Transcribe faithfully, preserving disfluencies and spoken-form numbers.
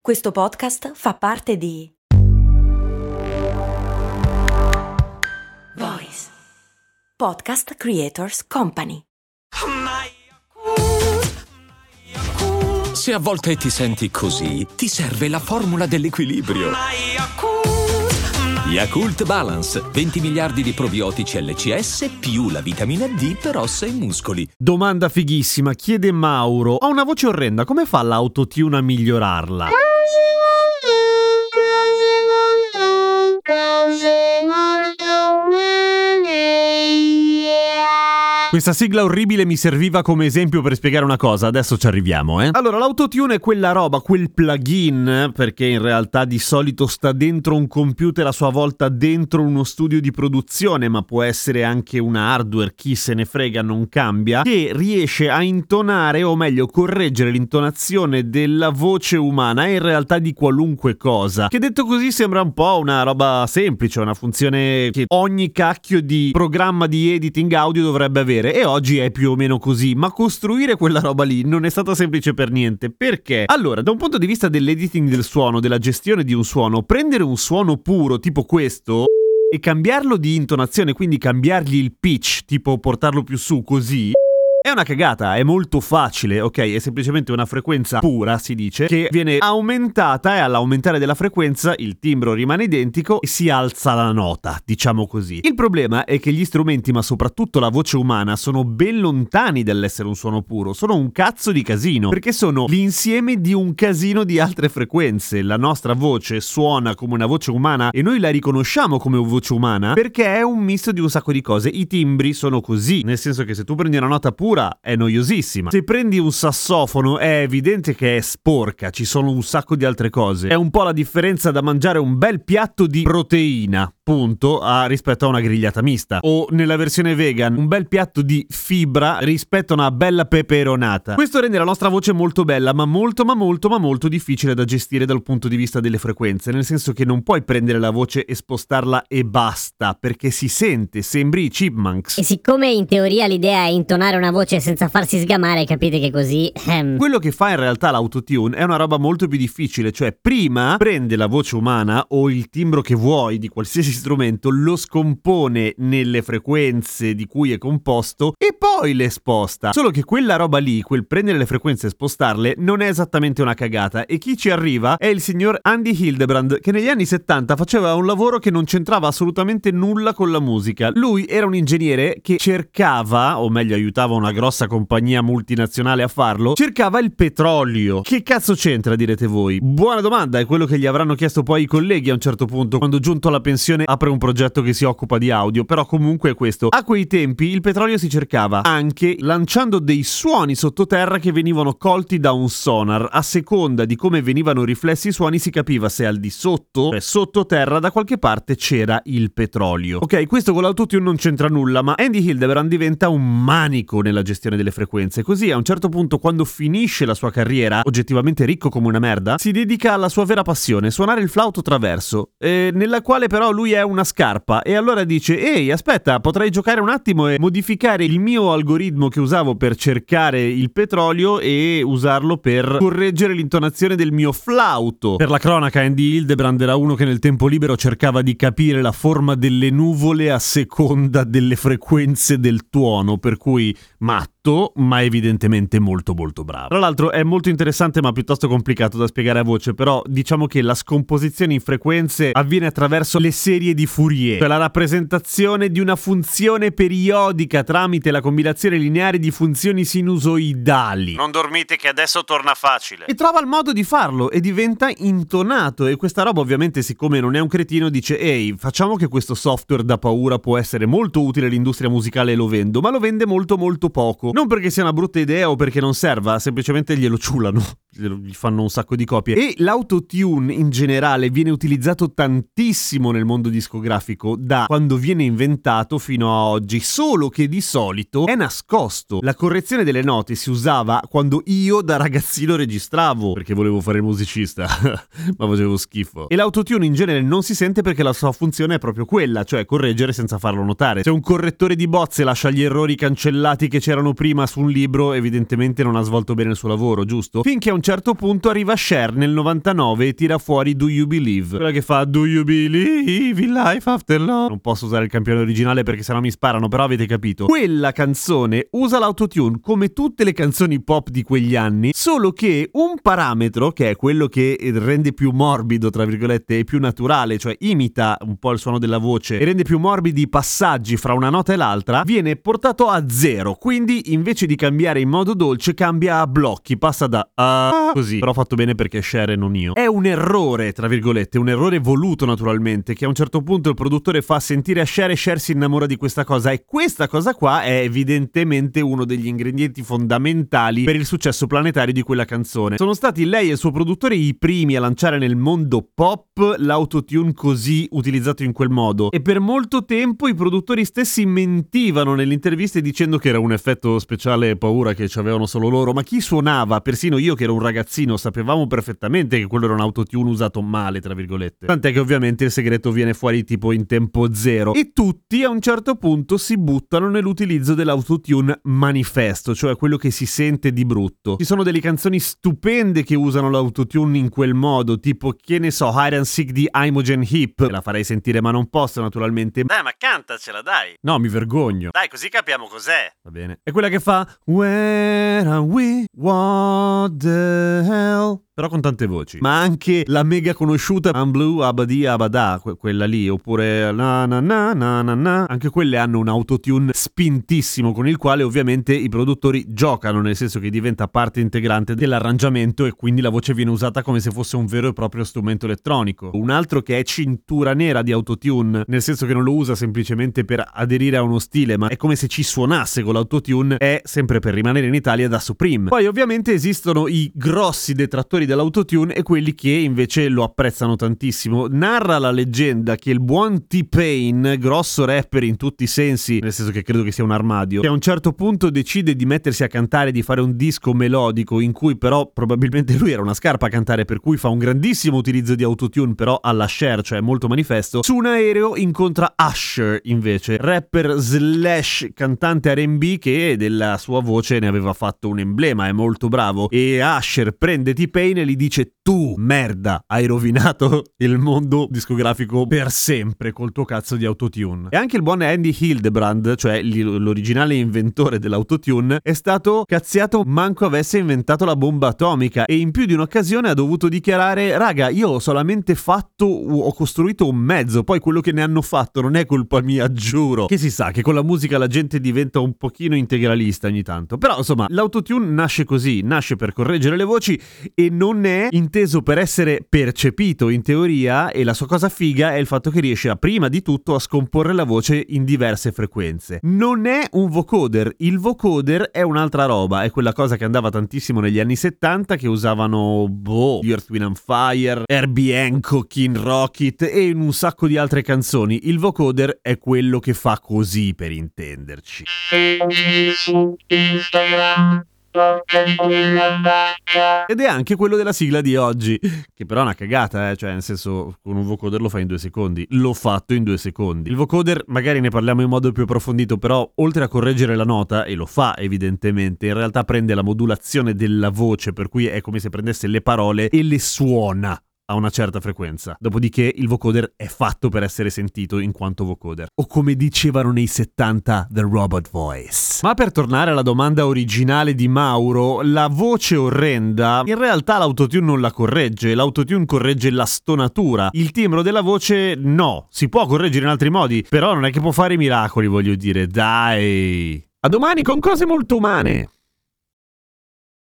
Questo podcast fa parte di Voice Podcast Creators Company. Se a volte ti senti così, ti serve la formula dell'equilibrio. Yakult Balance, venti miliardi di probiotici L C S più la vitamina D per ossa e muscoli. Domanda fighissima, chiede Mauro. Ha una voce orrenda, come fa l'autotune a migliorarla? Questa sigla orribile mi serviva come esempio per spiegare una cosa, adesso ci arriviamo, eh. Allora, l'autotune è quella roba, quel plugin, perché in realtà di solito sta dentro un computer a sua volta dentro uno studio di produzione, ma può essere anche una hardware, chi se ne frega, non cambia, che riesce a intonare, o meglio correggere l'intonazione della voce umana e in realtà di qualunque cosa. Che detto così sembra un po' una roba semplice, una funzione che ogni cacchio di programma di editing audio dovrebbe avere. E oggi è più o meno così, ma costruire quella roba lì non è stato semplice per niente. Perché? Allora, da un punto di vista dell'editing del suono, della gestione di un suono, prendere un suono puro tipo questo e cambiarlo di intonazione, quindi cambiargli il pitch, tipo portarlo più su così, è una cagata, è molto facile, ok? È semplicemente una frequenza pura, si dice, che viene aumentata e all'aumentare della frequenza il timbro rimane identico e si alza la nota, diciamo così. Il problema è che gli strumenti, ma soprattutto la voce umana, sono ben lontani dall'essere un suono puro, sono un cazzo di casino, perché sono l'insieme di un casino di altre frequenze. La nostra voce suona come una voce umana e noi la riconosciamo come voce umana perché è un misto di un sacco di cose. I timbri sono così, nel senso che se tu prendi una nota pura è noiosissima. Se prendi un sassofono è evidente che è sporca, ci sono un sacco di altre cose. È un po' la differenza da mangiare un bel piatto di proteina, punto, a, rispetto a una grigliata mista. O nella versione vegan, un bel piatto di fibra rispetto a una bella peperonata. Questo rende la nostra voce molto bella, ma molto, ma molto, ma molto difficile da gestire dal punto di vista delle frequenze, nel senso che non puoi prendere la voce e spostarla e basta, perché si sente, sembri i Chipmunks. E siccome in teoria l'idea è intonare una voce senza farsi sgamare, capite che così ehm... quello che fa in realtà l'autotune è una roba molto più difficile, cioè prima prende la voce umana o il timbro che vuoi di qualsiasi strumento, lo scompone nelle frequenze di cui è composto e poi le sposta. Solo che quella roba lì, quel prendere le frequenze e spostarle, non è esattamente una cagata, e chi ci arriva è il signor Andy Hildebrand, che negli anni settanta faceva un lavoro che non c'entrava assolutamente nulla con la musica. Lui era un ingegnere che cercava, o meglio aiutava una grossa compagnia multinazionale a farlo, cercava il petrolio. Che cazzo c'entra, direte voi? Buona domanda, è quello che gli avranno chiesto poi i colleghi a un certo punto, quando giunto alla pensione apre un progetto che si occupa di audio, però comunque è questo. A quei tempi il petrolio si cercava anche lanciando dei suoni sottoterra che venivano colti da un sonar. A seconda di come venivano riflessi i suoni si capiva se al di sotto, cioè sottoterra, da qualche parte c'era il petrolio. Ok, questo con l'autotune non c'entra nulla, ma Andy Hildebrand diventa un manico nella gestione delle frequenze, così a un certo punto, quando finisce la sua carriera, oggettivamente ricco come una merda, si dedica alla sua vera passione, suonare il flauto traverso, eh, nella quale però lui è una scarpa, e allora dice: ehi, aspetta, potrei giocare un attimo e modificare il mio algoritmo che usavo per cercare il petrolio e usarlo per correggere l'intonazione del mio flauto. Per la cronaca, Andy Hildebrand era uno che nel tempo libero cercava di capire la forma delle nuvole a seconda delle frequenze del tuono, per cui matto, ma evidentemente molto molto bravo. Tra l'altro è molto interessante ma piuttosto complicato da spiegare a voce, però diciamo che la scomposizione in frequenze avviene attraverso le serie di Fourier, cioè la rappresentazione di una funzione periodica tramite la combinazione lineare di funzioni sinusoidali. Non dormite che adesso torna facile. E trova il modo di farlo e diventa intonato, e questa roba ovviamente, siccome non è un cretino, dice: ehi, facciamo che questo software da paura può essere molto utile all'industria musicale e lo vendo, ma lo vende molto molto poco. Non perché sia una brutta idea o perché non serva, semplicemente glielo ciulano, gli fanno un sacco di copie. E l'autotune in generale viene utilizzato tantissimo nel mondo discografico da quando viene inventato fino a oggi, solo che di solito è nascosto. La correzione delle note si usava quando io da ragazzino registravo, perché volevo fare il musicista ma facevo schifo. E l'autotune in genere non si sente perché la sua funzione è proprio quella, cioè correggere senza farlo notare. Se un correttore di bozze lascia gli errori cancellati che c'erano prima prima su un libro evidentemente non ha svolto bene il suo lavoro, giusto? Finché a un certo punto arriva Cher nel novantanove e tira fuori Do You Believe, quella che fa Do You Believe in Life After Love. Non posso usare il campione originale perché sennò mi sparano, però avete capito. Quella canzone usa l'autotune come tutte le canzoni pop di quegli anni, solo che un parametro, che è quello che rende più morbido tra virgolette e più naturale, cioè imita un po' il suono della voce e rende più morbidi i passaggi fra una nota e l'altra, viene portato a zero. Quindi invece di cambiare in modo dolce cambia a blocchi, passa da a così. Però fatto bene perché Cher e non io. È un errore tra virgolette, un errore voluto naturalmente, che a un certo punto il produttore fa sentire a Cher e Cher si innamora di questa cosa, e questa cosa qua è evidentemente uno degli ingredienti fondamentali per il successo planetario di quella canzone. Sono stati lei e il suo produttore i primi a lanciare nel mondo pop l'autotune così utilizzato in quel modo, e per molto tempo i produttori stessi mentivano nelle interviste dicendo che era un effetto speciale e paura che ci avevano solo loro, ma chi suonava, persino io che ero un ragazzino, sapevamo perfettamente che quello era un autotune usato male tra virgolette, tant'è che ovviamente il segreto viene fuori tipo in tempo zero, e tutti a un certo punto si buttano nell'utilizzo dell'autotune manifesto, cioè quello che si sente di brutto. Ci sono delle canzoni stupende che usano l'autotune in quel modo, tipo che ne so, Hide and Seek di Imogen Heap, la farei sentire ma non posso naturalmente. Dai, ma cantacela, dai. No, mi vergogno. Dai, così capiamo cos'è. Va bene. È quella che fa Where are we? What the hell? Però con tante voci. Ma anche la mega conosciuta I'm Blue Abadi Abada, que- quella lì, oppure na na na na na na. Anche quelle hanno un autotune spintissimo con il quale ovviamente i produttori giocano, nel senso che diventa parte integrante dell'arrangiamento e quindi la voce viene usata come se fosse un vero e proprio strumento elettronico. Un altro che è cintura nera di autotune, nel senso che non lo usa semplicemente per aderire a uno stile, ma è come se ci suonasse con l'autotune, è, sempre per rimanere in Italia, da Supreme. Poi ovviamente esistono i grossi detrattori dell'autotune e quelli che invece lo apprezzano tantissimo. Narra la leggenda che il buon T-Pain, grosso rapper in tutti i sensi, nel senso che credo che sia un armadio, che a un certo punto decide di mettersi a cantare, di fare un disco melodico in cui però probabilmente lui era una scarpa a cantare, per cui fa un grandissimo utilizzo di autotune però alla Cher, cioè molto manifesto. Su un aereo incontra Usher invece, rapper slash cantante R and B che della sua voce ne aveva fatto un emblema, è molto bravo, e Usher prende T-Pain e gli dice: tu merda, hai rovinato il mondo discografico per sempre col tuo cazzo di autotune. E anche il buon Andy Hildebrand, cioè l'originale inventore dell'autotune, è stato cazziato manco avesse inventato la bomba atomica, e in più di un'occasione ha dovuto dichiarare: raga, io ho solamente fatto, ho costruito un mezzo, poi quello che ne hanno fatto non è colpa mia, giuro. Che si sa che con la musica la gente diventa un pochino integralista ogni tanto, però insomma l'autotune nasce così, nasce per correggere le voci e non è inteso per essere percepito in teoria, e la sua cosa figa è il fatto che riesce a prima di tutto a scomporre la voce in diverse frequenze. Non è un vocoder, il vocoder è un'altra roba, è quella cosa che andava tantissimo negli anni settanta, che usavano boh, Earth, Wind and Fire, Herbie Hancock in Rocket e in un sacco di altre canzoni. Il vocoder è quello che fa così, per intenderci. Su Instagram ed è anche quello della sigla di oggi, che però è una cagata, eh? Cioè nel senso, con un vocoder lo fai in due secondi. L'ho fatto in due secondi. Il vocoder magari ne parliamo in modo più approfondito, però oltre a correggere la nota, e lo fa evidentemente, in realtà prende la modulazione della voce, per cui è come se prendesse le parole e le suona a una certa frequenza. Dopodiché il vocoder è fatto per essere sentito in quanto vocoder, o come dicevano nei settanta, the robot voice. Ma per tornare alla domanda originale di Mauro, la voce orrenda in realtà l'autotune non la corregge, l'autotune corregge la stonatura, il timbro della voce no, si può correggere in altri modi, però non è che può fare miracoli, voglio dire, dai. A domani con cose molto umane.